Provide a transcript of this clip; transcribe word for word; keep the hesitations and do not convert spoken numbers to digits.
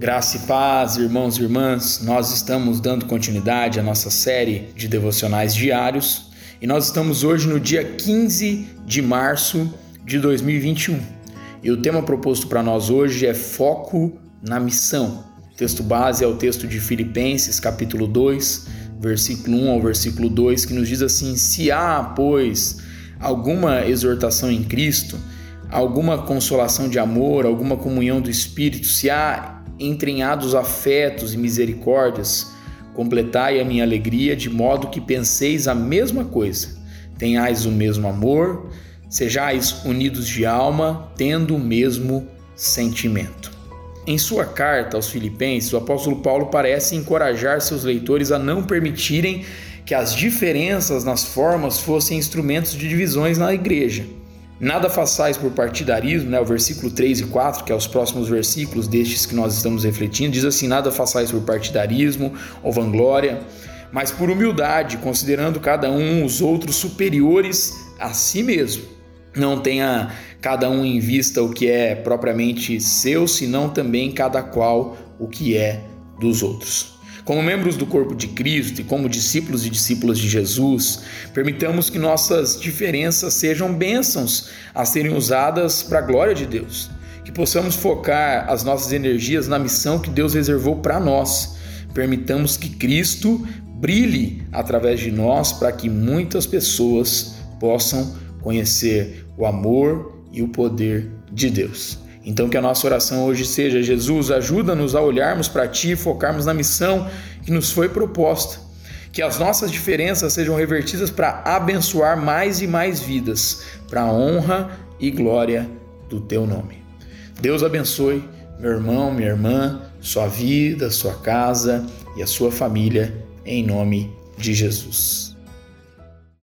Graça e paz, irmãos e irmãs, nós estamos dando continuidade à nossa série de devocionais diários e nós estamos hoje no dia quinze de março de dois mil e vinte e um. E o tema proposto para nós hoje é foco na missão. O texto base é o texto de Filipenses, capítulo dois, versículo um ao versículo dois, que nos diz assim: se há, pois, alguma exortação em Cristo, alguma consolação de amor, alguma comunhão do Espírito, se há entranhados afetos e misericórdias, completai a minha alegria, de modo que penseis a mesma coisa, tenhais o mesmo amor, sejais unidos de alma, tendo o mesmo sentimento. Em sua carta aos Filipenses, o apóstolo Paulo parece encorajar seus leitores a não permitirem que as diferenças nas formas fossem instrumentos de divisões na igreja. Nada façais por partidarismo, né? O versículo três e quatro, que é os próximos versículos destes que nós estamos refletindo, diz assim: nada façais por partidarismo ou vanglória, mas por humildade, considerando cada um os outros superiores a si mesmo. Não tenha cada um em vista o que é propriamente seu, senão também cada qual o que é dos outros. Como membros do corpo de Cristo e como discípulos e discípulas de Jesus, permitamos que nossas diferenças sejam bênçãos a serem usadas para a glória de Deus. Que possamos focar as nossas energias na missão que Deus reservou para nós. Permitamos que Cristo brilhe através de nós para que muitas pessoas possam conhecer o amor e o poder de Deus. Então que a nossa oração hoje seja: Jesus, ajuda-nos a olharmos para Ti e focarmos na missão que nos foi proposta. Que as nossas diferenças sejam revertidas para abençoar mais e mais vidas, para a honra e glória do Teu nome. Deus abençoe meu irmão, minha irmã, sua vida, sua casa e a sua família, em nome de Jesus.